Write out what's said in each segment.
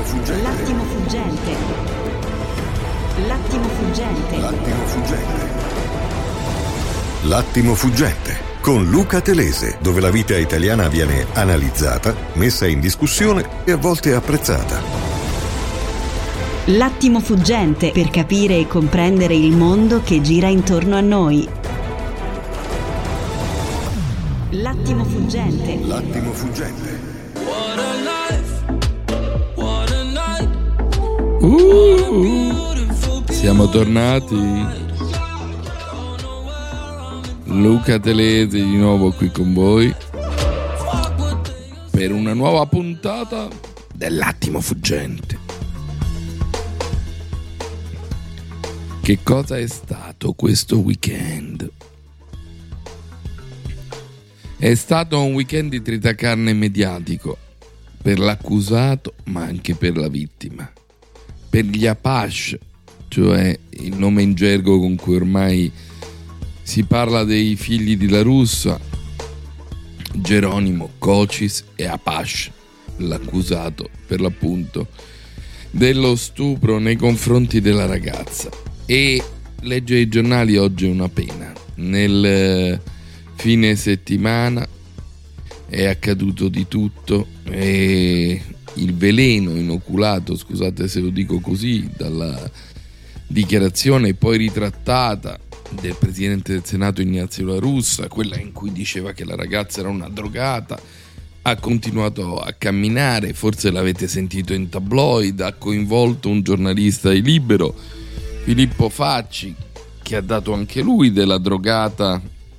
L'attimo fuggente. L'attimo fuggente. L'attimo fuggente. L'attimo fuggente con Luca Telese, dove la vita italiana viene analizzata, messa in discussione e a volte apprezzata. L'attimo fuggente, per capire e comprendere il mondo che gira intorno a noi. L'attimo fuggente. L'attimo fuggente. Siamo tornati. Luca Telese di nuovo qui con voi per una nuova puntata dell'attimo fuggente. Che cosa è stato questo weekend? È stato un weekend di tritacarne mediatico per l'accusato ma anche per la vittima, per gli Apache, cioè il nome in gergo con cui ormai si parla dei figli di La Russa, Geronimo, Cocis e Apache, l'accusato per l'appunto dello stupro nei confronti della ragazza. E legge ai giornali oggi una pena. Nel fine settimana è accaduto di tutto e il veleno inoculato, scusate se lo dico così, dalla dichiarazione poi ritrattata del presidente del Senato Ignazio La Russa, quella in cui diceva che la ragazza era una drogata, ha continuato a camminare, forse l'avete sentito in tabloid, ha coinvolto un giornalista di Libero, Filippo Facci, che ha dato anche lui della drogata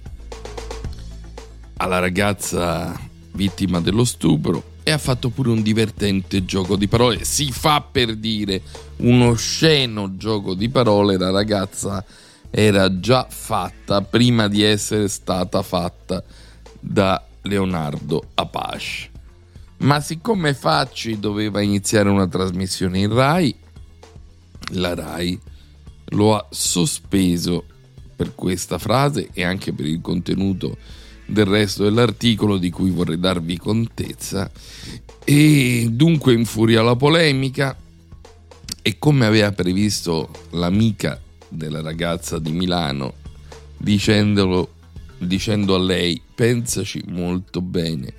alla ragazza vittima dello stupro e ha fatto pure un divertente gioco di parole, si fa per dire uno osceno gioco di parole. La ragazza era già fatta prima di essere stata fatta da Leonardo Apache. Ma siccome Facci doveva iniziare una trasmissione in Rai, la Rai lo ha sospeso per questa frase e anche per il contenuto del resto dell'articolo di cui vorrei darvi contezza, e dunque infuria la polemica e, come aveva previsto l'amica della ragazza di Milano, dicendo a lei pensaci molto bene,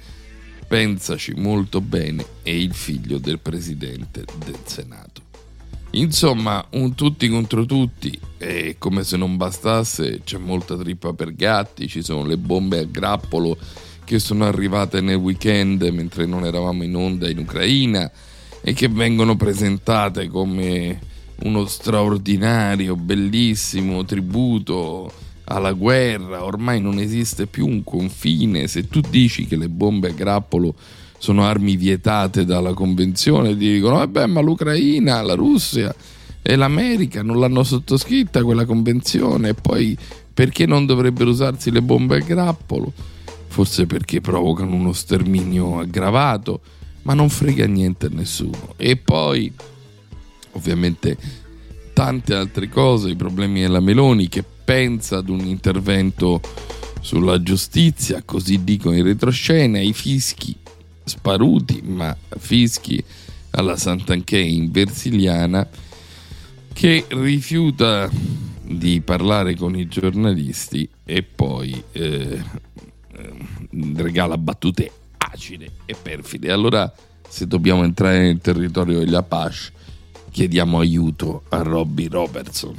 è il figlio del presidente del Senato. Insomma, un tutti contro tutti, e come se non bastasse c'è molta trippa per gatti, ci sono le bombe a grappolo che sono arrivate nel weekend mentre non eravamo in onda in Ucraina e che vengono presentate come uno straordinario, bellissimo tributo alla guerra. Ormai non esiste più un confine. Se tu dici che le bombe a grappolo sono armi vietate dalla convenzione, ti dicono ma l'Ucraina, la Russia e l'America non l'hanno sottoscritta quella convenzione, e poi perché non dovrebbero usarsi le bombe a grappolo? Forse perché provocano uno sterminio aggravato, ma non frega niente a nessuno. E poi ovviamente tante altre cose, i problemi della Meloni che pensa ad un intervento sulla giustizia, così dicono in retroscena, i fischi sparuti, ma fischi alla Santanchè in Versiliana, che rifiuta di parlare con i giornalisti e poi regala battute acide e perfide. Allora, se dobbiamo entrare nel territorio degli Apache, chiediamo aiuto a Robbie Robertson.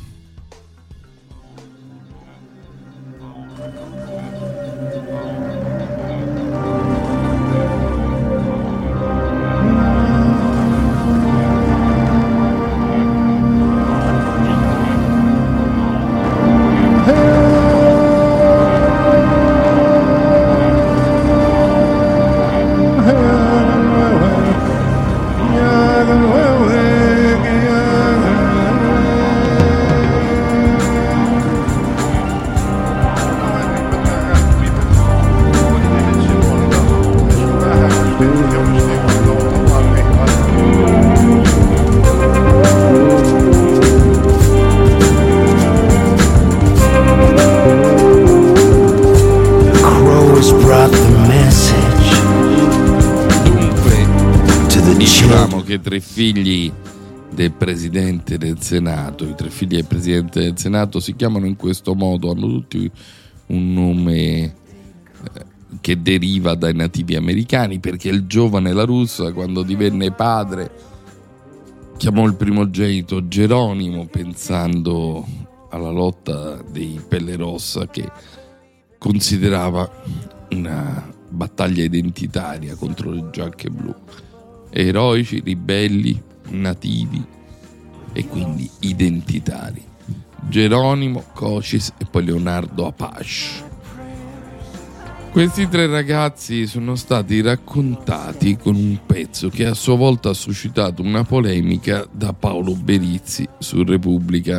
dicevamo che 3 figli del Presidente del Senato, i 3 figli del Presidente del Senato si chiamano in questo modo, hanno tutti un nome che deriva dai nativi americani, perché il giovane La Russa, quando divenne padre, chiamò il primogenito Geronimo, pensando alla lotta dei Pelle Rossa, che considerava una battaglia identitaria contro le giacche blu, eroici, ribelli, nativi e quindi identitari. Geronimo, Cochise e poi Leonardo Apache. Questi 3 ragazzi sono stati raccontati con un pezzo che a sua volta ha suscitato una polemica da Paolo Berizzi su Repubblica,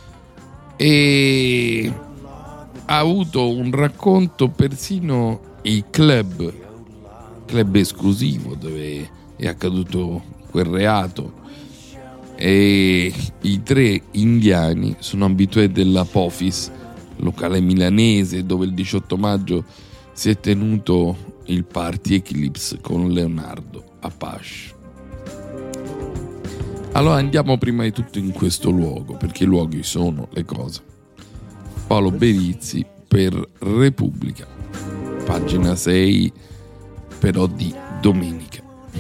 e ha avuto un racconto persino il club esclusivo dove è accaduto quel reato, e i 3 indiani sono abituati dell'Apophis, locale milanese dove il 18 maggio si è tenuto il Party Eclipse con Leonardo Apache. Allora andiamo prima di tutto in questo luogo, perché i luoghi sono le cose. Paolo Berizzi per Repubblica, pagina 6, però di domenica.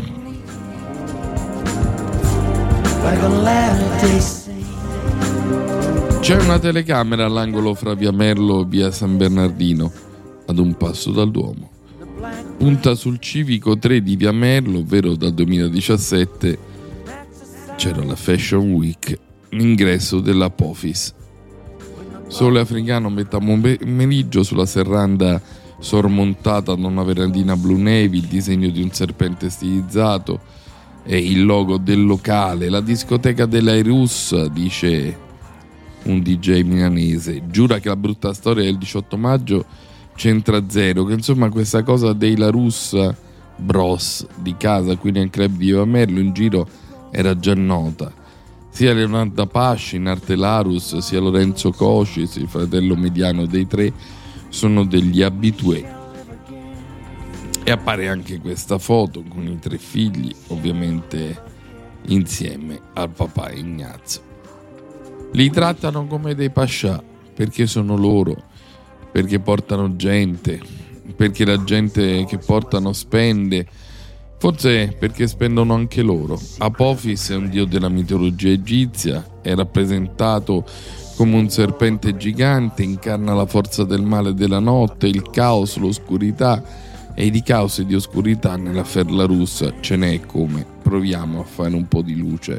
C'è una telecamera all'angolo fra via Merlo e via San Bernardino, ad un passo dal Duomo. Punta sul civico 3 di via Merlo, ovvero dal 2017 c'era la Fashion Week, l'ingresso dell'Apophis. Sole africano metà pomeriggio, sulla serranda sormontata da una verandina blu navy, il disegno di un serpente stilizzato e il logo del locale, la discoteca dell'Airus, dice un DJ milanese. Giura che la brutta storia del 18 maggio c'entra zero, che insomma questa cosa dei La Russa Bros di casa qui nel club di Via Merlo in giro era già nota. Sia Leonardo Apache in arte Larus, sia Lorenzo Cochise, il fratello mediano dei 3, sono degli abitué. E appare anche questa foto con i 3 figli, ovviamente insieme al papà Ignazio. Li trattano come dei pascià, perché sono loro, perché portano gente, perché la gente che portano spende, forse perché spendono anche loro. Apophis è un dio della mitologia egizia, è rappresentato come un serpente gigante, incarna la forza del male e della notte, il caos, l'oscurità, e di caos e di oscurità nella Ferla Russa ce n'è come. Proviamo a fare un po' di luce.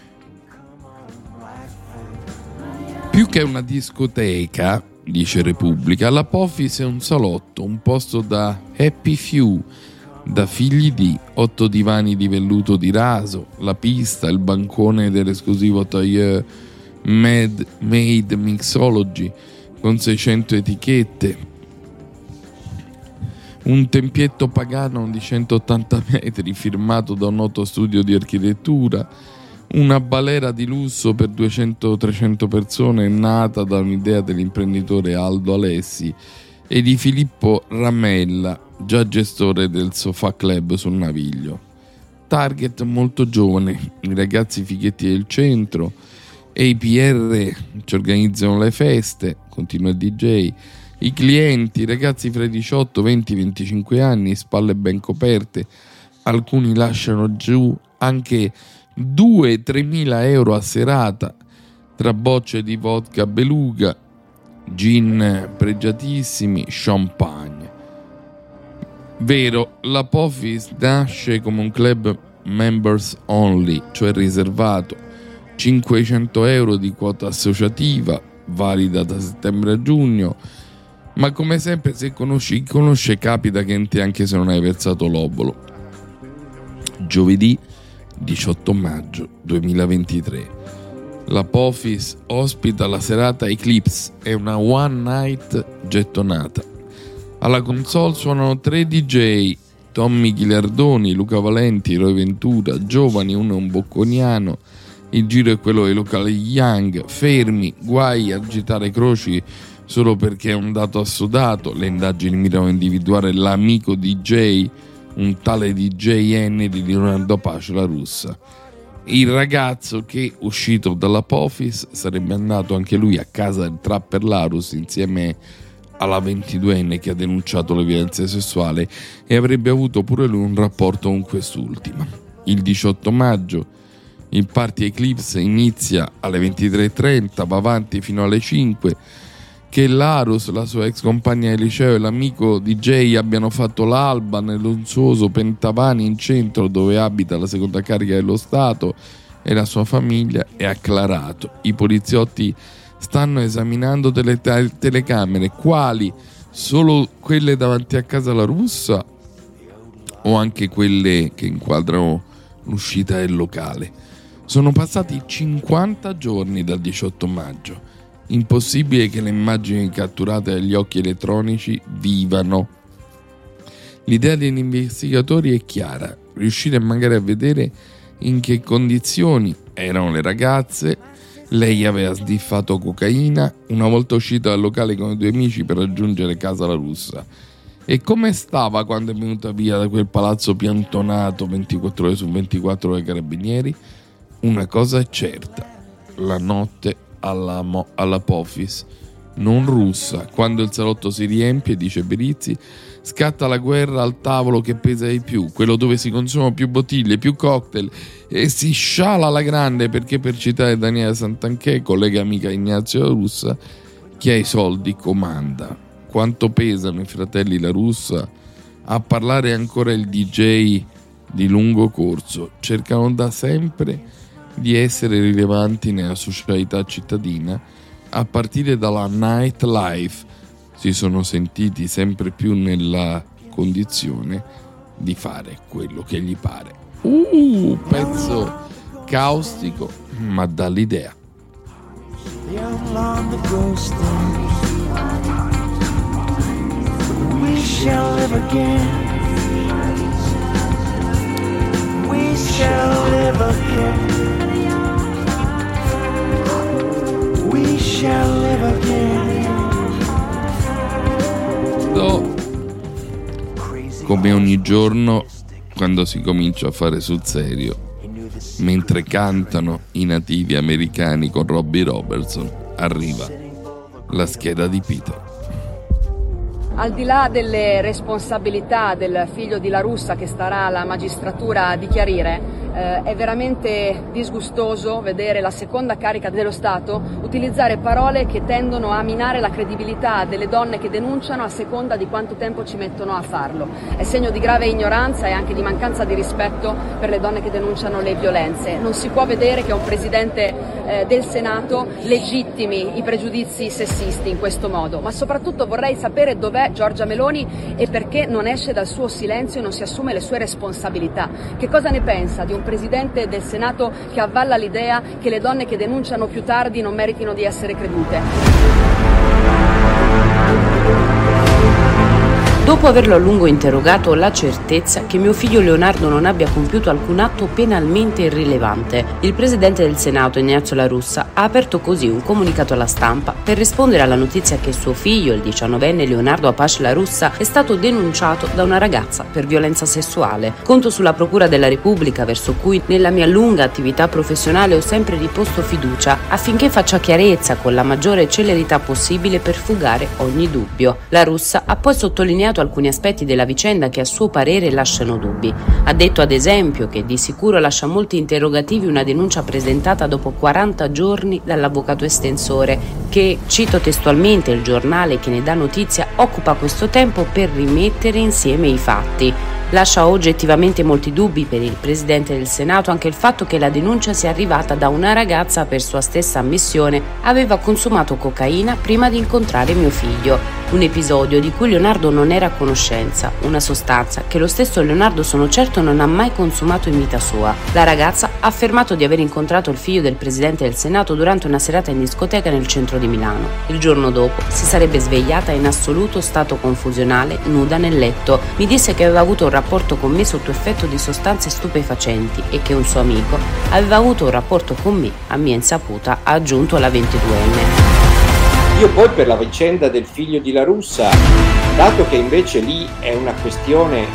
Più che una discoteca, dice Repubblica, l'Apophis è un salotto, un posto da happy few, da figli di 8 divani di velluto di raso, la pista, il bancone dell'esclusivo tailleur Made Mixology con 600 etichette, un tempietto pagano di 180 metri firmato da un noto studio di architettura, una balera di lusso per 200-300 persone nata da un'idea dell'imprenditore Aldo Alessi e di Filippo Ramella, già gestore del Sofà Club sul Naviglio. Target molto giovane, i ragazzi fighetti del centro e i PR ci organizzano le feste, continua il DJ. I clienti, ragazzi fra i 18, 20, 25 anni, spalle ben coperte, alcuni lasciano giù anche 2-3 mila euro a serata, tra bocce di vodka beluga, gin pregiatissimi, champagne. Vero, l'Apophis nasce come un club members only, cioè riservato, 500 euro di quota associativa, valida da settembre a giugno, ma come sempre se conosci chi conosce capita che entri anche se non hai versato l'obolo. Giovedì 18 maggio 2023 l'Apophis ospita la serata Eclipse, è una one night gettonata. Alla console suonano 3 DJ, Tommy Ghilardoni, Luca Valenti, Roy Ventura, giovani, uno è un bocconiano. Il giro è quello dei locali Young, fermi, guai a agitare croci solo perché è un dato assodato. Le indagini mirano a individuare l'amico DJ un tale DJ Henry di Leonardo Pace La Russa. Il ragazzo che, uscito dall'Apophis, sarebbe andato anche lui a casa del trapper Larus insieme alla 22enne che ha denunciato le violenze sessuali e avrebbe avuto pure lui un rapporto con quest'ultima. Il 18 maggio il party Eclipse inizia alle 23:30, va avanti fino alle 5, che Larus, la sua ex compagna di liceo e l'amico DJ abbiano fatto l'alba nel lussuoso Pentavani in centro dove abita la seconda carica dello Stato e la sua famiglia è acclarato. I poliziotti stanno esaminando delle telecamere, quali? Solo quelle davanti a casa La Russa o anche quelle che inquadrano l'uscita del locale? Sono passati 50 giorni dal 18 maggio. Impossibile che le immagini catturate dagli occhi elettronici vivano. L'idea degli investigatori è chiara: riuscire magari a vedere in che condizioni erano le ragazze. Lei aveva sniffato cocaina una volta uscita dal locale con i due amici per raggiungere casa La Russa. E come stava quando è venuta via da quel palazzo piantonato 24 ore su 24 dai carabinieri? Una cosa è certa: la notte all'Apophis non russa, quando il salotto si riempie, dice Berizzi, scatta la guerra al tavolo che pesa di più, quello dove si consumano più bottiglie, più cocktail e si sciala alla grande, perché, per citare Daniela Santanchè, collega amica Ignazio La Russa, chi ha i soldi comanda. Quanto pesano i fratelli La Russa? A parlare ancora il DJ di lungo corso. Cercano da sempre di essere rilevanti nella socialità cittadina, a partire dalla nightlife. Si sono sentiti sempre più nella condizione di fare quello che gli pare. Pezzo caustico, ma dà l'idea. We shall live again. We shall live again. We shall live again. Come ogni giorno, quando si comincia a fare sul serio, mentre cantano i nativi americani con Robbie Robertson, arriva la scheda di Peter. Al di là delle responsabilità del figlio di La Russa, che starà alla magistratura a chiarire, è veramente disgustoso vedere la seconda carica dello Stato utilizzare parole che tendono a minare la credibilità delle donne che denunciano a seconda di quanto tempo ci mettono a farlo. È segno di grave ignoranza e anche di mancanza di rispetto per le donne che denunciano le violenze. Non si può vedere che un presidente del Senato legittimi i pregiudizi sessisti in questo modo, ma soprattutto vorrei sapere dov'è Giorgia Meloni e perché non esce dal suo silenzio e non si assume le sue responsabilità. Che cosa ne pensa di un presidente del Senato che avvalla l'idea che le donne che denunciano più tardi non meritino di essere credute? Dopo averlo a lungo interrogato, ho la certezza che mio figlio Leonardo non abbia compiuto alcun atto penalmente irrilevante. Il presidente del Senato, Ignazio La Russa, ha aperto così un comunicato alla stampa per rispondere alla notizia che suo figlio, il 19enne Leonardo Pace La Russa, è stato denunciato da una ragazza per violenza sessuale. Conto sulla Procura della Repubblica, verso cui nella mia lunga attività professionale ho sempre riposto fiducia, affinché faccia chiarezza con la maggiore celerità possibile per fugare ogni dubbio. La Russa ha poi sottolineato alcuni aspetti della vicenda che a suo parere lasciano dubbi. Ha detto ad esempio che di sicuro lascia molti interrogativi una denuncia presentata dopo 40 giorni dall'avvocato estensore che, cito testualmente il giornale che ne dà notizia, occupa questo tempo per rimettere insieme i fatti. Lascia oggettivamente molti dubbi per il presidente del Senato anche il fatto che la denuncia sia arrivata da una ragazza, per sua stessa ammissione, aveva consumato cocaina prima di incontrare mio figlio. Un episodio di cui Leonardo non era a conoscenza, una sostanza che lo stesso Leonardo, sono certo, non ha mai consumato in vita sua. La ragazza ha affermato di aver incontrato il figlio del presidente del Senato durante una serata in discoteca nel centro di Milano. Il giorno dopo si sarebbe svegliata in assoluto stato confusionale, nuda nel letto. Mi disse che aveva avuto un rapporto con me sotto effetto di sostanze stupefacenti e che un suo amico aveva avuto un rapporto con me a mia insaputa, ha aggiunto la 22enne. Io poi, per la vicenda del figlio di La Russa, dato che invece lì è una questione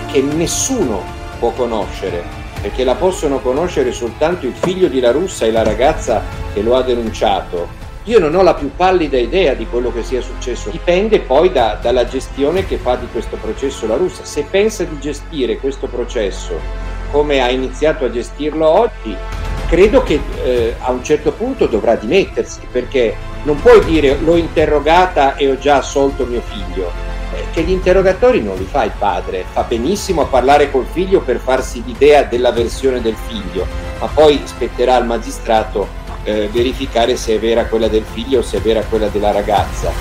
che nessuno può conoscere, perché la possono conoscere soltanto il figlio di La Russa e la ragazza che lo ha denunciato. Io non ho la più pallida idea di quello che sia successo, dipende poi dalla gestione che fa di questo processo La Russa. Se pensa di gestire questo processo come ha iniziato a gestirlo oggi, credo che a un certo punto dovrà dimettersi, perché non puoi dire l'ho interrogata e ho già assolto mio figlio, che gli interrogatori non li fa il padre, fa benissimo a parlare col figlio per farsi l'idea della versione del figlio, ma poi spetterà al magistrato verificare se è vera quella del figlio o se è vera quella della ragazza.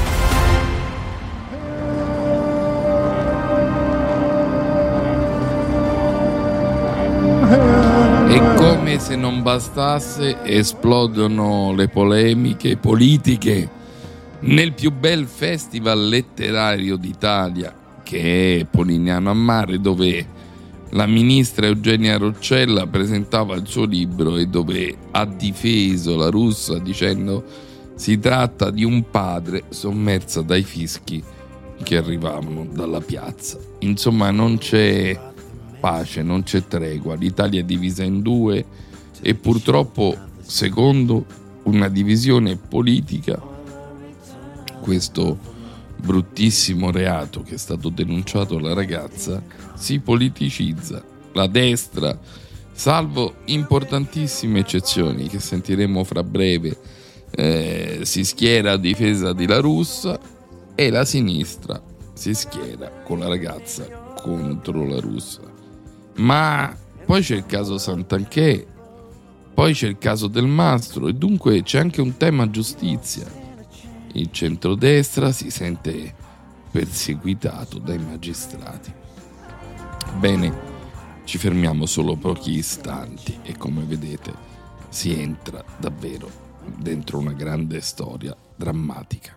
E come se non bastasse, esplodono le polemiche politiche nel più bel festival letterario d'Italia, che è Polignano a Mare, dove la ministra Eugenia Roccella presentava il suo libro e dove ha difeso La Russa dicendo si tratta di un padre sommersa dai fischi che arrivavano dalla piazza. Insomma, non c'è pace, non c'è tregua, l'Italia è divisa in due e purtroppo, secondo una divisione politica, questo bruttissimo reato che è stato denunciato alla ragazza si politicizza. La destra, salvo importantissime eccezioni che sentiremo fra breve, si schiera a difesa di La Russa, e la sinistra si schiera con la ragazza contro La Russa. Ma poi c'è il caso Santanchè, poi c'è il caso Del Mastro, e dunque c'è anche un tema giustizia. Il centrodestra si sente perseguitato dai magistrati. Bene, ci fermiamo solo pochi istanti e, come vedete, si entra davvero dentro una grande storia drammatica.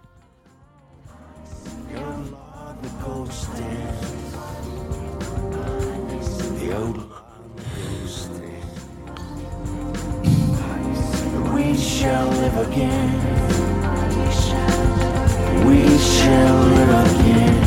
We shall live again. We shall live again.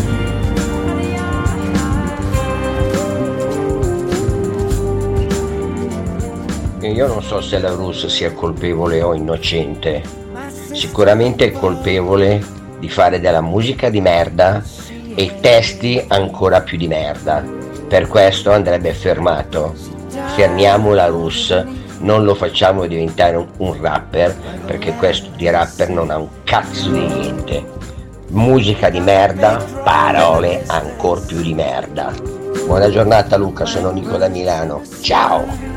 Io non so se La Russa sia colpevole o innocente. Sicuramente è colpevole di fare della musica di merda e testi ancora più di merda. Per questo andrebbe fermato. Fermiamo La Russa, non lo facciamo diventare un rapper, perché questo di rapper non ha un cazzo di niente. Musica di merda, parole ancora più di merda. Buona giornata Luca, sono Nico da Milano. Ciao!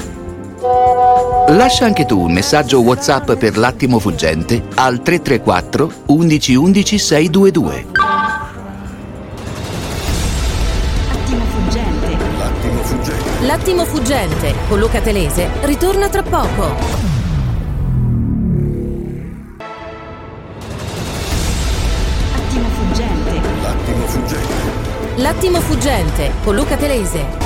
Lascia anche tu un messaggio WhatsApp per L'Attimo Fuggente al 334 11 11 622. Attimo Fuggente. L'attimo fuggente. L'Attimo Fuggente con Luca Telese ritorna tra poco. Attimo Fuggente. L'attimo fuggente. L'Attimo Fuggente con Luca Telese.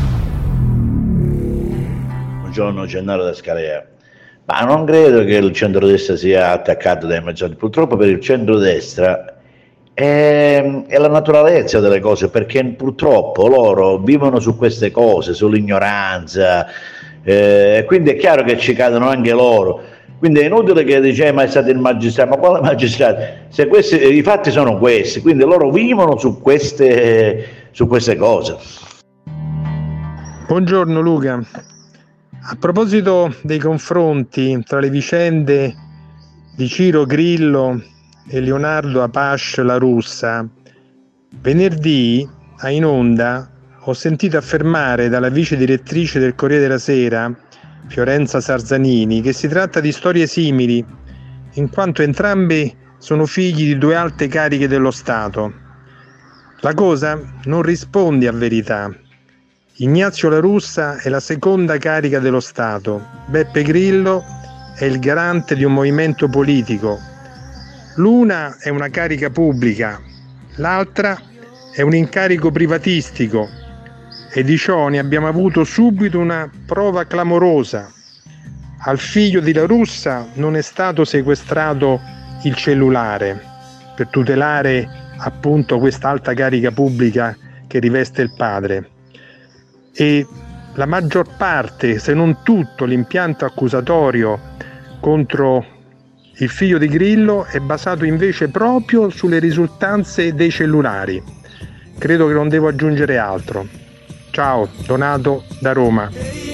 Buongiorno Gennaro da Scalea. Ma non credo che il centrodestra sia attaccato dai magistrati. Purtroppo per il centrodestra è la naturalezza delle cose, perché purtroppo loro vivono su queste cose, sull'ignoranza, quindi è chiaro che ci cadono anche loro. Quindi è inutile che dice ma è stato il magistrato, ma quale magistrato? Se questi, i fatti sono questi, quindi loro vivono su queste cose. Buongiorno Luca. A proposito dei confronti tra le vicende di Ciro Grillo e Leonardo Apache La Russa, venerdì in onda ho sentito affermare dalla vice direttrice del Corriere della Sera, Fiorenza Sarzanini, che si tratta di storie simili, in quanto entrambi sono figli di due alte cariche dello Stato. La cosa non risponde a verità. Ignazio La Russa è la seconda carica dello Stato, Beppe Grillo è il garante di un movimento politico. L'una è una carica pubblica, l'altra è un incarico privatistico, e di ciò ne abbiamo avuto subito una prova clamorosa. Al figlio di La Russa non è stato sequestrato il cellulare per tutelare appunto questa alta carica pubblica che riveste il padre. e la maggior parte, se non tutto, l'impianto accusatorio contro il figlio di Grillo è basato invece proprio sulle risultanze dei cellulari. Credo che non devo aggiungere altro. Ciao, Donato da Roma.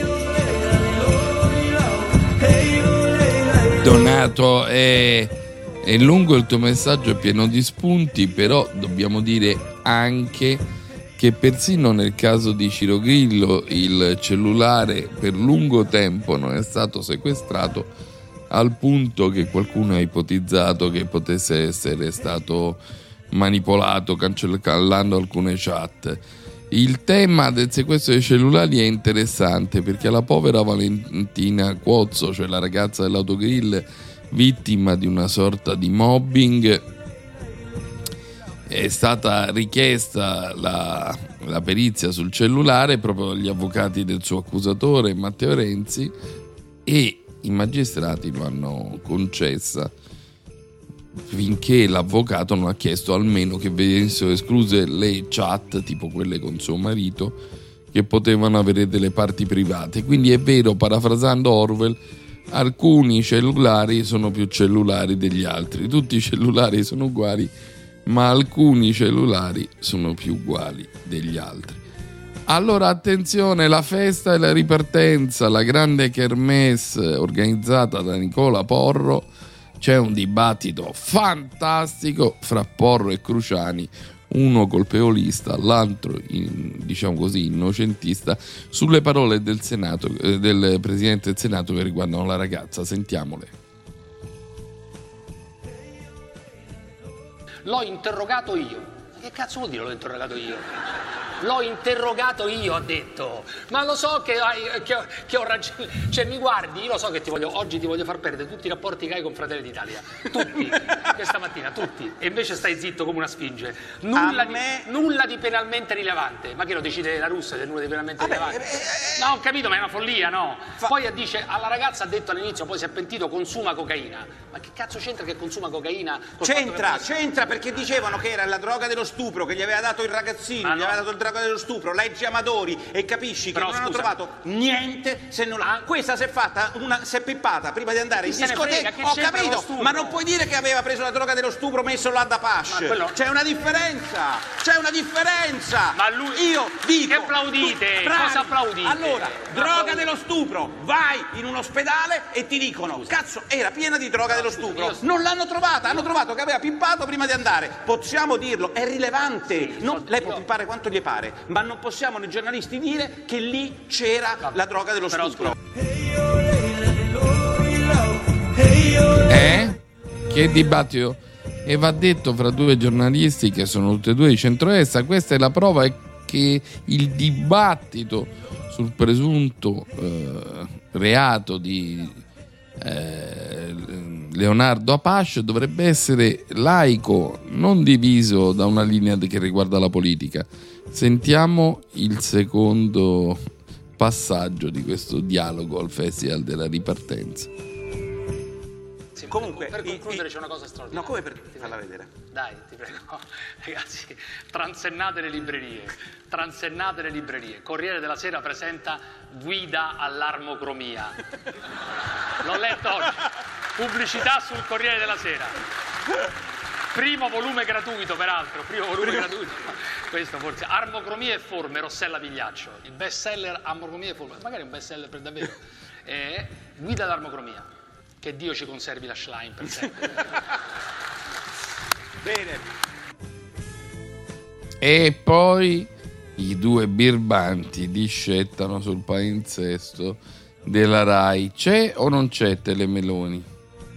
Donato, è lungo il tuo messaggio, è pieno di spunti, però dobbiamo dire anche che persino nel caso di Ciro Grillo il cellulare per lungo tempo non è stato sequestrato, al punto che qualcuno ha ipotizzato che potesse essere stato manipolato cancellando alcune chat. Il tema del sequestro dei cellulari è interessante perché la povera Valentina Cuozzo, cioè la ragazza dell'autogrill vittima di una sorta di mobbing, è stata richiesta la perizia sul cellulare proprio dagli avvocati del suo accusatore Matteo Renzi e i magistrati lo hanno concessa finché l'avvocato non ha chiesto almeno che venissero escluse le chat tipo quelle con suo marito che potevano avere delle parti private. Quindi è vero, parafrasando Orwell, alcuni cellulari sono più cellulari degli altri, tutti i cellulari sono uguali, ma alcuni cellulari sono più uguali degli altri. Allora attenzione, la festa e la ripartenza, la grande kermesse organizzata da Nicola Porro. C'è un dibattito fantastico fra Porro e Cruciani, uno colpevolista, l'altro diciamo così innocentista, sulle parole del Senato, del Presidente del Senato che riguardano la ragazza. Sentiamole. L'ho interrogato io. Che cazzo vuol dire l'ho interrogato io? L'ho interrogato io, ho detto. Ma lo so che ho ragione. Cioè, mi guardi, io lo so che oggi ti voglio far perdere tutti i rapporti che hai con Fratelli d'Italia. Tutti. Questa mattina, tutti. E invece stai zitto come una sfinge. Nulla di penalmente rilevante. Ma che lo decide la Russia se nulla di penalmente rilevante? No, ho capito, ma è una follia, no? Poi dice, alla ragazza ha detto all'inizio, poi si è pentito, consuma cocaina. Ma che cazzo c'entra che consuma cocaina? C'entra perché dicevano che era la droga dello stupro che gli aveva dato il ragazzino, gli aveva dato il droga dello stupro, leggi Amadori e capisci che non hanno trovato niente se non questa si è pippata prima di andare in discoteca. Ho capito, ma non puoi dire che aveva preso la droga dello stupro messo là da Pash. C'è una differenza. Ma lui, io dico, che applaudite? Cosa applaudite? Allora, droga dello stupro, vai in un ospedale e ti dicono cazzo, era piena di droga dello stupro. Non l'hanno trovata, hanno trovato che aveva pippato prima di andare. Possiamo dirlo, è rilevante. Lei può pippare quanto gli pare, ma non possiamo noi giornalisti dire che lì c'era la droga dello stupro. Che dibattito? E va detto fra due giornalisti che sono tutti e due di centrodestra. Questa è la prova che il dibattito sul presunto reato di Leonardo Apache dovrebbe essere laico, non diviso da una linea che riguarda la politica. Sentiamo il secondo passaggio di questo dialogo al Festival della Ripartenza. Comunque, per concludere c'è una cosa straordinaria. No, come per farla vedere? Dai, ti prego. Ragazzi, transennate le librerie. Corriere della Sera presenta Guida all'armocromia. L'ho letto oggi. Pubblicità sul Corriere della Sera. Primo volume gratuito, peraltro. Gratuito. Questo forse. Armocromia e forme, Rossella Vigliaccio. Il best seller Armocromia e forme. Magari un best seller per davvero. Guida all'armocromia. Che Dio ci conservi la Schlein per sempre. Bene. E poi i due birbanti discettano sul palinsesto della Rai. C'è o non c'è Telemeloni?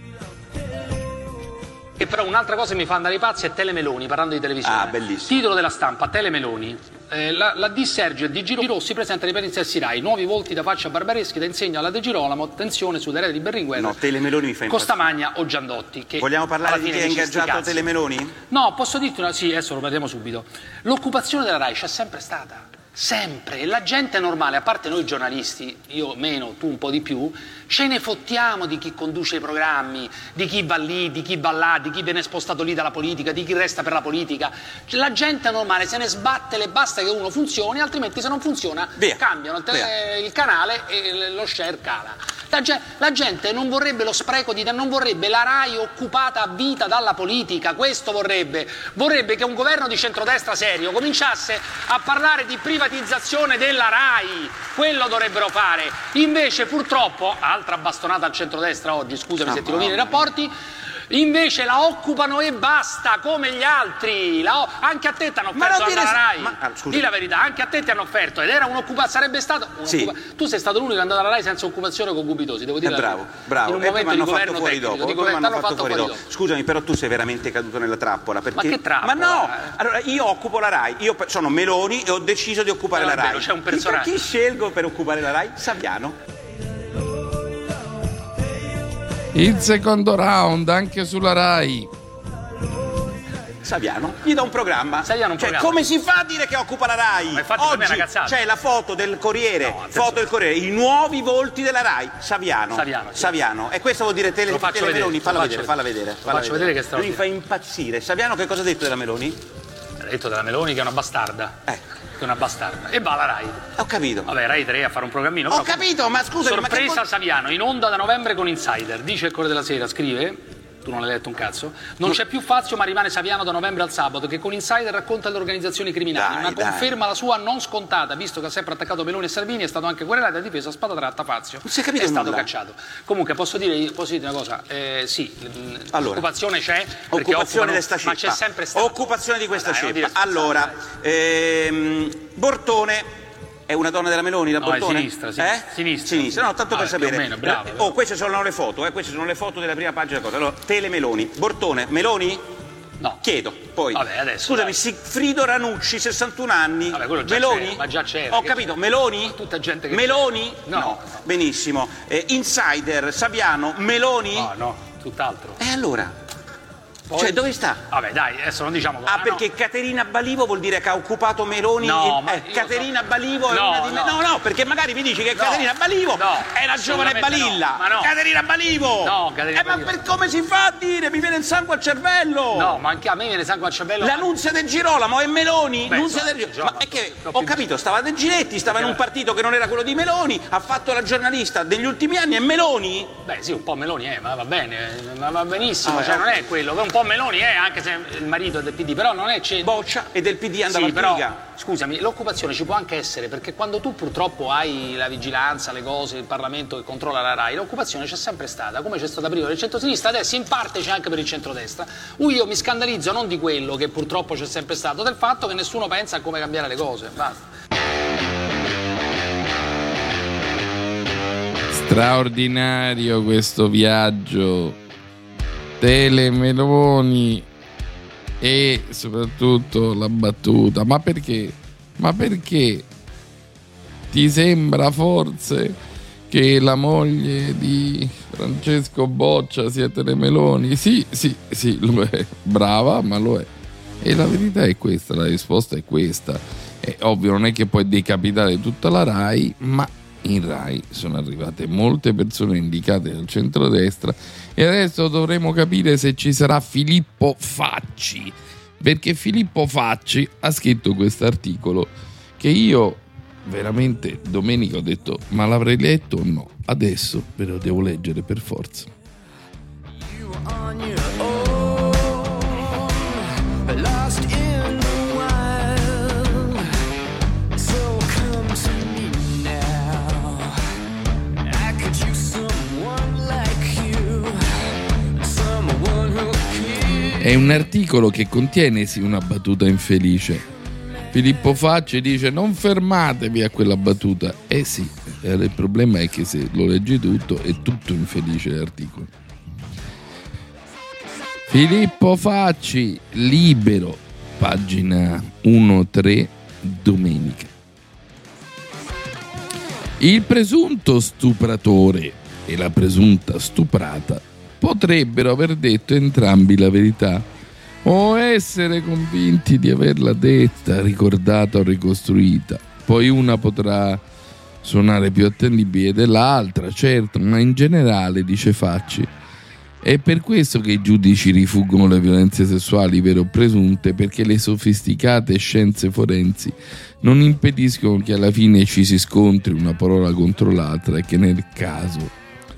E però un'altra cosa che mi fa andare i pazzi è Telemeloni, parlando di televisione. Bellissimo. Titolo della Stampa, Telemeloni. La D. Sergio e Di Girolamo presenta nei palinsesti Rai nuovi volti da faccia barbareschi da insegna alla De Girolamo, attenzione sulle reti di Berlinguer. No, Telemeloni mi fa Costamagna o Giandotti. Che vogliamo parlare di chi ha ingaggiato Telemeloni? No, posso dirti una... Sì, adesso lo parliamo subito. L'occupazione della Rai c'è sempre stata. Sempre. E la gente normale, a parte noi giornalisti, io meno, tu un po' di più, ce ne fottiamo di chi conduce i programmi, di chi va lì, di chi va là, di chi viene spostato lì dalla politica, di chi resta per la politica. La gente normale se ne sbatte le basta che uno funzioni, altrimenti se non funziona cambiano il canale e lo share cala. La gente non vorrebbe lo spreco non vorrebbe la RAI occupata a vita dalla politica, questo vorrebbe che un governo di centrodestra serio cominciasse a parlare di privatizzazione della RAI, quello dovrebbero fare. Invece purtroppo, altra bastonata al centrodestra oggi, scusami se ti rovino i rapporti, invece la occupano e basta, come gli altri. Anche a te ti hanno offerto alla RAI. Dì la verità, anche a te ti hanno offerto ed era un'occupazione, sarebbe stato tu sei stato l'unico che è andato alla RAI senza occupazione con Gubitosi, devo dire. Bravo. In un momento di governo tecnico. Scusami, però tu sei veramente caduto nella trappola, perché... Ma che trappola? Ma no, allora io occupo la RAI, io sono Meloni e ho deciso di occupare la RAI. C'è un personaggio. Chi scelgo per occupare la RAI? Saviano. Il secondo round anche sulla RAI. Saviano gli dà un programma. Programma. Come si fa a dire che occupa la RAI? Ma infatti oggi c'è la foto del Corriere, i nuovi volti della RAI. Saviano. E questo vuol dire Tele Meloni. Falla vedere. Faccio vedere che mi fa impazzire. Saviano che cosa ha detto della Meloni? Ha detto della Meloni che è una bastarda. Che è una bastarda. E va alla RAI. Ho capito. Vabbè, RAI 3 a fare un programmino. Ho capito, ma scusa. Sorpresa Saviano, in onda da novembre con Insider. Dice il Corriere della Sera, scrive, tu non l'hai letto un cazzo, non c'è più Fazio ma rimane Saviano da novembre al sabato, che con Insider racconta le organizzazioni criminali. Conferma la sua non scontata, visto che ha sempre attaccato Meloni e Salvini, è stato anche querelato e ha difeso a spada tratta Fazio. Non si è capito, è stato cacciato. Comunque posso dire una cosa, sì, l'occupazione c'è, occupazione di sta ceppa, ma c'è sempre stata. Occupazione di questa ceppa. Allora, Bortone è una donna della Meloni, la Bortone? Sinistra. No, tanto per sapere. Meno, bravo. Queste sono le foto, queste sono le foto della prima pagina. Allora, Tele Meloni. Bortone, Meloni? No. Chiedo, poi. Vabbè, adesso. Scusami, Sigfrido Ranucci, 61 anni. Vabbè, quello già Meloni? C'era, ma già c'era. Ho capito, Meloni? Tutta gente che Meloni? No. Benissimo. Insider, Saviano, Meloni? No, tutt'altro. E allora? Poi... Cioè, dove sta? Vabbè, dai, adesso non diciamo cosa. Perché Caterina Balivo vuol dire che ha occupato Meloni. No, Caterina Balivo è una di me. No, perché magari mi dici che Caterina Balivo è la giovane Balilla. Ma no. Caterina Balivo! No, Caterina Balivo. Ma per come si fa a dire? Mi viene il sangue al cervello! No, ma anche a me viene il sangue al cervello. La Nunzia De Girolamo è Meloni? Nunzia De Girolamo. Ma è che ho capito, stava De Giretti, stava in un partito che non era quello di Meloni, ha fatto la giornalista degli ultimi anni, è Meloni? Beh, sì, un po' Meloni ma va bene, ma va benissimo, cioè non è quello, un po' Meloni anche se il marito è del PD, però non è Boccia e del PD andava a però, briga. Scusami, l'occupazione ci può anche essere, perché quando tu purtroppo hai la vigilanza, le cose, il Parlamento che controlla la RAI, l'occupazione c'è sempre stata, come c'è stata prima del centro-sinistra, adesso in parte c'è anche per il centrodestra. Io mi scandalizzo non di quello che purtroppo c'è sempre stato, del fatto che nessuno pensa a come cambiare le cose. Basta. Straordinario questo viaggio. Tele Meloni e soprattutto la battuta. Ma perché? Ti sembra forse che la moglie di Francesco Boccia sia Tele Meloni? Sì, lo è. Brava, ma lo è. E la verità è questa, la risposta è questa. È ovvio, non è che puoi decapitare tutta la RAI, ma in RAI sono arrivate molte persone indicate dal centrodestra e adesso dovremo capire se ci sarà Filippo Facci, perché Filippo Facci ha scritto questo articolo che io veramente domenica ho detto ma l'avrei letto o no? Adesso ve lo devo leggere per forza. È un articolo che contiene sì una battuta infelice. Filippo Facci dice non fermatevi a quella battuta. Sì, il problema è che se lo leggi tutto è tutto infelice l'articolo. Filippo Facci, Libero, pagina 1-3, domenica. Il presunto stupratore e la presunta stuprata potrebbero aver detto entrambi la verità o essere convinti di averla detta, ricordata o ricostruita, Poi una potrà suonare più attendibile dell'altra, certo, ma in generale, dice Facci, è per questo che i giudici rifuggono le violenze sessuali vere o presunte, perché le sofisticate scienze forensi non impediscono che alla fine ci si scontri una parola contro l'altra e che nel caso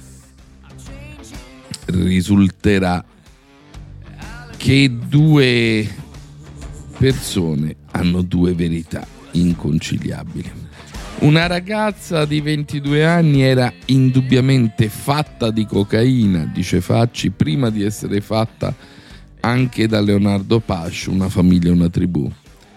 risulterà che due persone hanno due verità inconciliabili. Una ragazza di 22 anni era indubbiamente fatta di cocaina, dice Facci, prima di essere fatta anche da Leonardo Pascio, una famiglia, una tribù.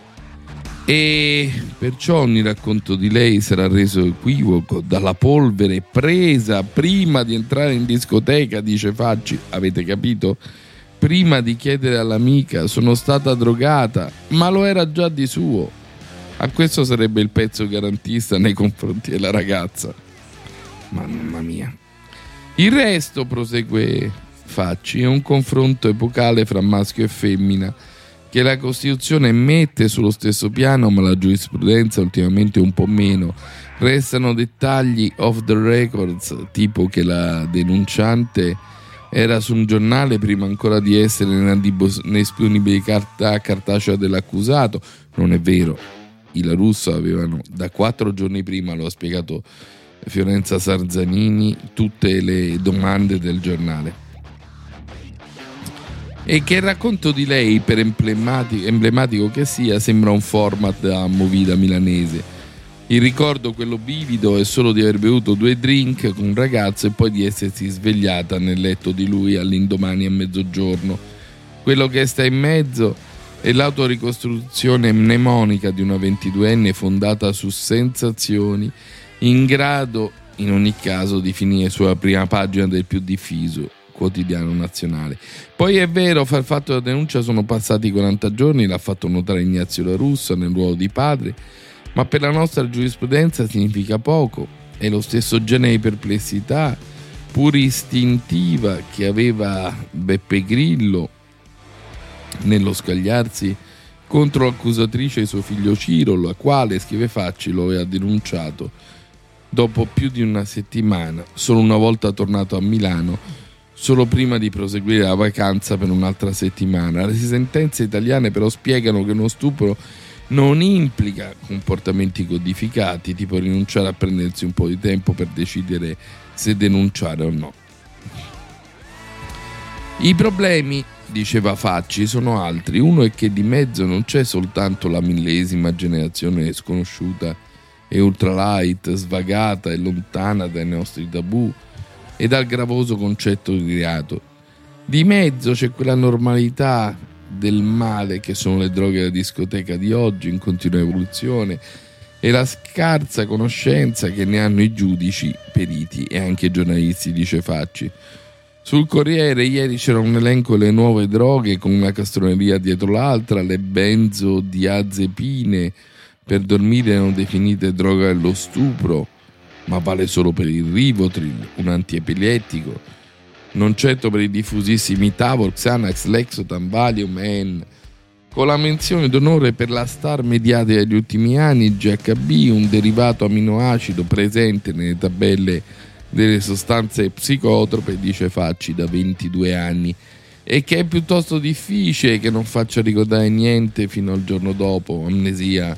E perciò ogni racconto di lei sarà reso equivoco dalla polvere presa prima di entrare in discoteca, dice Facci. Avete capito? Prima di chiedere all'amica: sono stata drogata, ma lo era già di suo. A questo sarebbe il pezzo garantista nei confronti della ragazza. Mamma mia. Il resto, prosegue Facci, è un confronto epocale fra maschio e femmina che la Costituzione mette sullo stesso piano, ma la giurisprudenza ultimamente un po' meno. Restano dettagli off the records, tipo che la denunciante era su un giornale prima ancora di essere nella disponibilità cartacea dell'accusato. Non è vero. I La Russa avevano da 4 giorni prima, lo ha spiegato Fiorenza Sarzanini, tutte le domande del giornale. E che il racconto di lei, per emblematico che sia, sembra un format da movida milanese. Il ricordo, quello vivido, è solo di aver bevuto 2 drink con un ragazzo e poi di essersi svegliata nel letto di lui all'indomani a mezzogiorno. Quello che sta in mezzo è l'autoricostruzione mnemonica di una 22enne fondata su sensazioni, in grado in ogni caso di finire sulla prima pagina del più diffuso quotidiano nazionale. Poi è vero, far fatto la denuncia sono passati 40 giorni, l'ha fatto notare Ignazio La Russa nel ruolo di padre, ma per la nostra giurisprudenza significa poco. È lo stesso genere di perplessità pur istintiva che aveva Beppe Grillo nello scagliarsi contro l'accusatrice e suo figlio Ciro, la quale, scrive Facci, lo aveva denunciato dopo più di una settimana, solo una volta tornato a Milano, solo prima di proseguire la vacanza per un'altra settimana. Le sentenze italiane però spiegano che uno stupro non implica comportamenti codificati, tipo rinunciare a prendersi un po' di tempo per decidere se denunciare o no. I problemi, diceva Facci, sono altri. Uno è che di mezzo non c'è soltanto la millesima generazione sconosciuta e ultralight, svagata e lontana dai nostri tabù e dal gravoso concetto di reato. Di mezzo c'è quella normalità del male che sono le droghe della discoteca di oggi, in continua evoluzione, e la scarsa conoscenza che ne hanno i giudici, periti e anche i giornalisti, dice Facci. Sul Corriere ieri c'era un elenco delle nuove droghe con una castroneria dietro l'altra. Le benzodiazepine per dormire erano definite droga dello stupro, ma vale solo per il Rivotril, un antiepilettico, non certo per i diffusissimi Tavor, Xanax, Lexotan, Valium e con la menzione d'onore per la star mediatica degli ultimi anni, GHB, un derivato aminoacido presente nelle tabelle delle sostanze psicotrope, dice Facci, da 22 anni, e che è piuttosto difficile che non faccia ricordare niente fino al giorno dopo, amnesia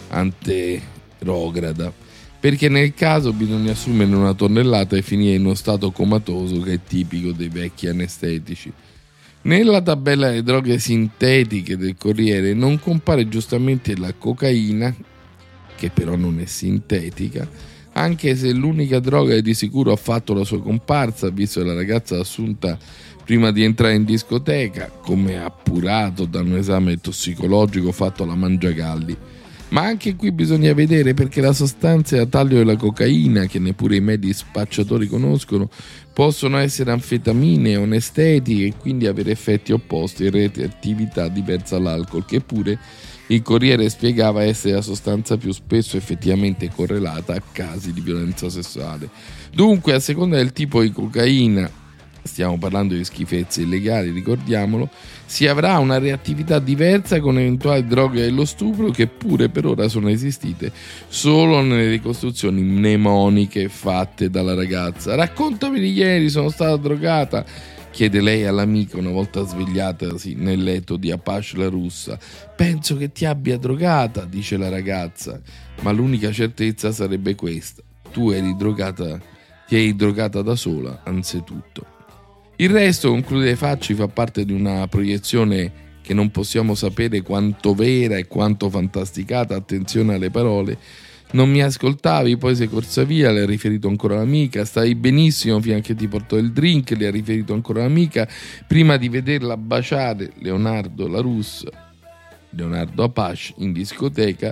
anterograda, perché nel caso bisogna assumere una tonnellata e finire in uno stato comatoso che è tipico dei vecchi anestetici. Nella tabella delle droghe sintetiche del Corriere non compare giustamente la cocaina, che però non è sintetica, anche se l'unica droga che di sicuro ha fatto la sua comparsa, visto la ragazza assunta prima di entrare in discoteca, come appurato da un esame tossicologico fatto alla Mangiagalli. Ma anche qui bisogna vedere, perché la sostanza a taglio della cocaina, che neppure i medi spacciatori conoscono, possono essere anfetamine o anestetiche e quindi avere effetti opposti e reattività diversa all'alcol, che pure il Corriere spiegava essere la sostanza più spesso effettivamente correlata a casi di violenza sessuale. Dunque, a seconda del tipo di cocaina stiamo parlando di schifezze illegali, ricordiamolo, si avrà una reattività diversa con eventuali droghe dello stupro che pure per ora sono esistite solo nelle ricostruzioni mnemoniche fatte dalla ragazza. Raccontami di ieri, sono stata drogata, chiede lei all'amica una volta svegliatasi nel letto di Apache la russa. Penso che ti abbia drogata, dice la ragazza, ma l'unica certezza sarebbe questa: tu eri drogata, ti eri drogata da sola, anzitutto. Il resto, conclude Facci, fa parte di una proiezione che non possiamo sapere quanto vera e quanto fantasticata. Attenzione alle parole. Non mi ascoltavi, poi sei corsa via, le ha riferito ancora l'amica. Stavi benissimo fino a che ti portò il drink, le ha riferito ancora l'amica, prima di vederla baciare Leonardo la russa, Leonardo Apache, in discoteca.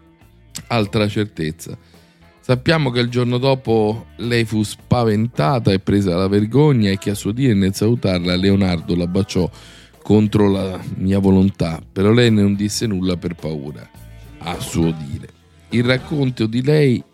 Altra certezza: sappiamo che il giorno dopo lei fu spaventata e presa dalla vergogna e che a suo dire nel salutarla Leonardo la baciò contro la mia volontà, però lei non disse nulla per paura, a suo dire. Il racconto di lei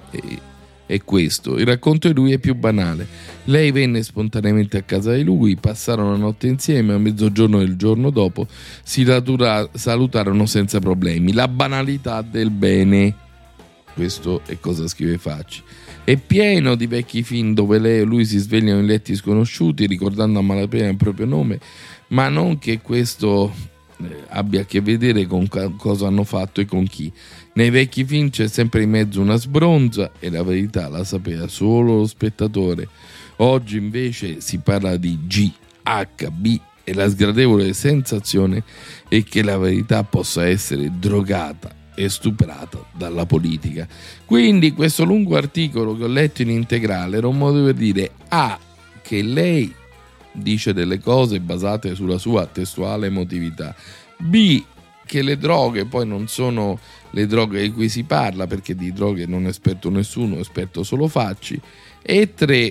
è questo, il racconto di lui è più banale. Lei venne spontaneamente a casa di lui, passarono la notte insieme, a mezzogiorno del giorno dopo si salutarono senza problemi. La banalità del bene. Questo è cosa scrive Facci. È pieno di vecchi film dove lei e lui si svegliano in letti sconosciuti ricordando a malapena il proprio nome, ma non che questo abbia a che vedere con cosa hanno fatto e con chi. Nei vecchi film c'è sempre in mezzo una sbronza e la verità la sapeva solo lo spettatore. Oggi invece si parla di G, H, B e la sgradevole sensazione è che la verità possa essere drogata e stuprata dalla politica. Quindi questo lungo articolo che ho letto in integrale era un modo per dire A, che lei dice delle cose basate sulla sua testuale emotività, B, che le droghe poi non sono le droghe di cui si parla, perché di droghe non è esperto nessuno, è esperto solo Facci, e 3,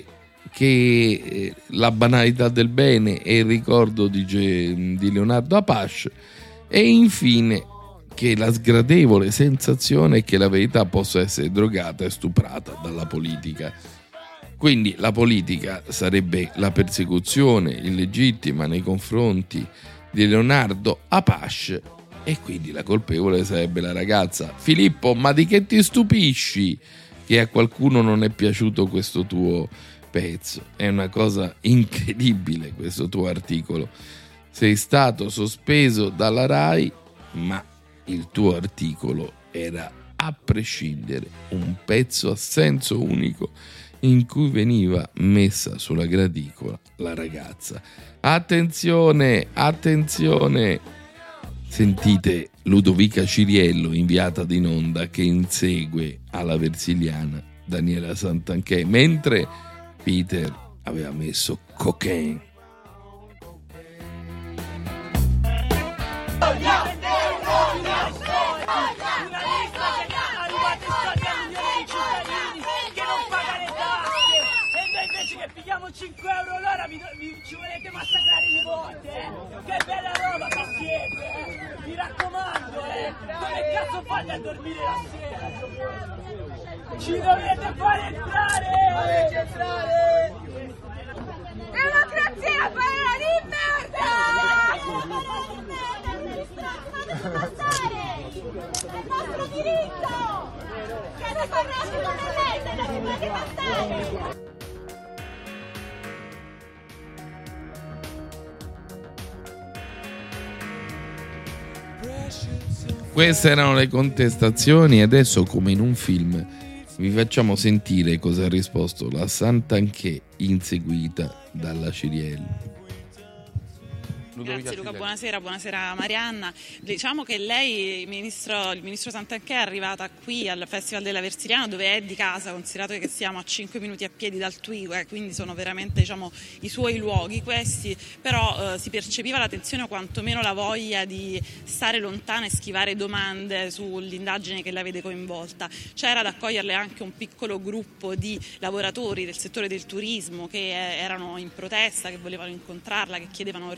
che la banalità del bene è il ricordo di Leonardo Apache, e infine che la sgradevole sensazione è che la verità possa essere drogata e stuprata dalla politica. Quindi la politica sarebbe la persecuzione illegittima nei confronti di Leonardo Apache e quindi la colpevole sarebbe la ragazza. Filippo, ma di che ti stupisci che a qualcuno non è piaciuto questo tuo pezzo? È una cosa incredibile questo tuo articolo. Sei stato sospeso dalla RAI, ma il tuo articolo era a prescindere un pezzo a senso unico in cui veniva messa sulla graticola la ragazza. Attenzione, attenzione! Sentite Ludovica Ciriello, inviata in onda, che insegue alla Versiliana Daniela Santanchè, mentre Peter aveva messo cocaine. Pigliamo 5 euro l'ora, ci volete massacrare i nipoti, che bella roba che siete, mi raccomando, dove cazzo fate a dormire la sera? Ci dovete fare entrare! Democrazia, parola di merda! Fateci passare! È il nostro diritto! Che ne correte come lei, se non ci fate passare! Queste erano le contestazioni e adesso, come in un film, vi facciamo sentire cosa ha risposto la Santanchè inseguita dalla Ciriello. Grazie Luca, buonasera Marianna. Diciamo che lei, il ministro Santanchè, è arrivata qui al Festival della Versiliana, dove è di casa, considerato che siamo a 5 minuti a piedi dal Twigue, quindi sono veramente i suoi luoghi questi, però si percepiva la tensione o quantomeno la voglia di stare lontana e schivare domande sull'indagine che la vede coinvolta. C'era ad accoglierle anche un piccolo gruppo di lavoratori del settore del turismo che erano in protesta, che volevano incontrarla, che chiedevano risposte.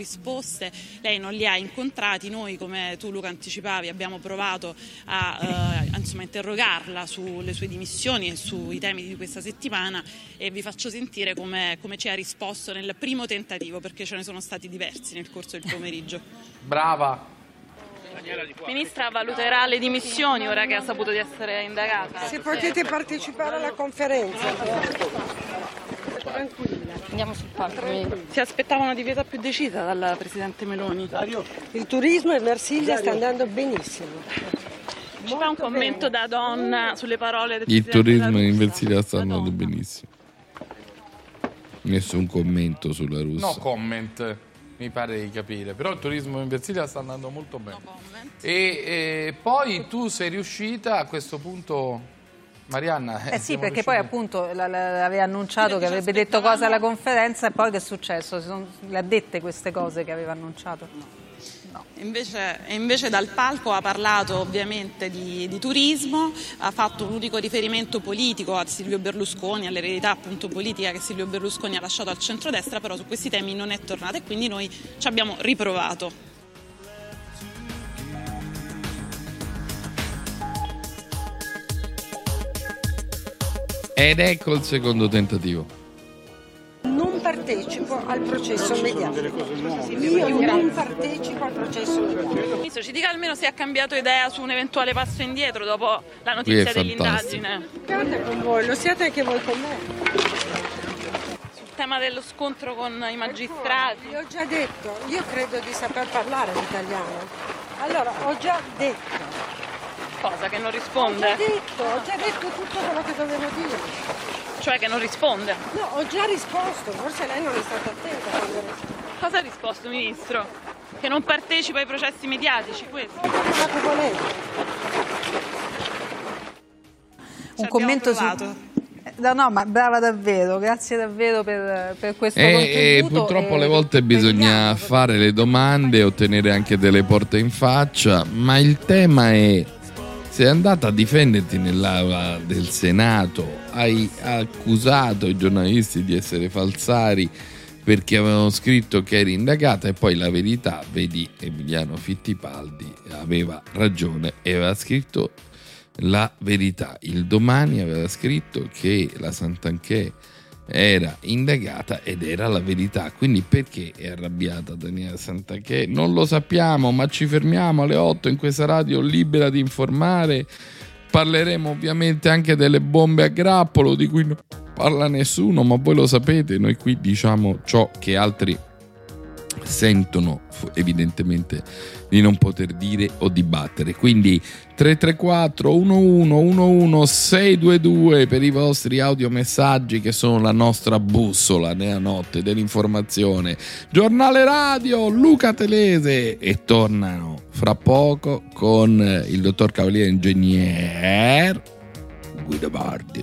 risposte. Lei non li ha incontrati, noi, come tu Luca anticipavi, abbiamo provato a interrogarla sulle sue dimissioni e sui temi di questa settimana, e vi faccio sentire come ci ha risposto nel primo tentativo, perché ce ne sono stati diversi nel corso del pomeriggio. Brava. Ministra, valuterà le dimissioni ora che ha saputo di essere indagata? Se potete partecipare alla conferenza. Tranquilla. Andiamo sul palco. Si aspettava una difesa più decisa dalla Presidente Meloni. Il turismo in Marsiglia sta andando benissimo. Ci fa un commento da donna sulle parole del Il Presidente turismo in Versilia sta andando benissimo. Nessun commento sulla Russia. No comment, mi pare di capire. Però il turismo in Versilia sta andando molto bene. E poi tu sei riuscita a questo punto, Marianna? Sì, perché poi appunto aveva annunciato che avrebbe detto cose alla conferenza, e poi che è successo? Le ha dette queste cose che aveva annunciato? No. Invece dal palco ha parlato ovviamente di turismo, ha fatto un unico riferimento politico a Silvio Berlusconi, all'eredità appunto politica che Silvio Berlusconi ha lasciato al centrodestra, però su questi temi non è tornata, e quindi noi ci abbiamo riprovato. Ed ecco il secondo tentativo. Non partecipo al processo mediatico. Io non partecipo al processo mediatico. Ministro, ci dica almeno se ha cambiato idea su un eventuale passo indietro dopo la notizia dell'indagine. Siate con voi, lo siate anche voi con me. Sul tema dello scontro con i magistrati. Vi ho già detto, io credo di saper parlare l'italiano. Allora, ho già detto. Cosa, che non risponde? Ho già detto tutto quello che dovevo dire. Cioè che non risponde? No, ho già risposto, forse lei non è stata attenta quando ho risposto. Cosa ha risposto, Ministro? Che non partecipa ai processi mediatici, questo? Un commento su... No, ma brava davvero, grazie davvero per questo contributo. Purtroppo alle volte bisogna fare le domande e ottenere anche delle porte in faccia, ma il tema è: sei andata a difenderti nell'aula del Senato, hai accusato i giornalisti di essere falsari perché avevano scritto che eri indagata, e poi la verità, vedi Emiliano Fittipaldi, aveva ragione e aveva scritto la verità. Il Domani aveva scritto che la Santanchè era indagata ed era la verità. Quindi perché è arrabbiata Daniela Santanchè? Non lo sappiamo, ma ci fermiamo alle 8 in questa radio libera di informare. Parleremo ovviamente anche delle bombe a grappolo, di cui non parla nessuno, ma voi lo sapete. Noi qui diciamo ciò che altri sentono evidentemente di non poter dire o dibattere. Quindi 334 11 622 per i vostri audiomessaggi, che sono la nostra bussola nella notte dell'informazione. Giornale radio, Luca Telese, e tornano fra poco con il dottor Cavaliere Ingegner Guido Bardi.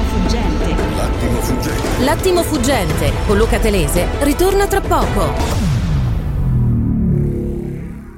L'attimo fuggente con Luca Telese ritorna tra poco.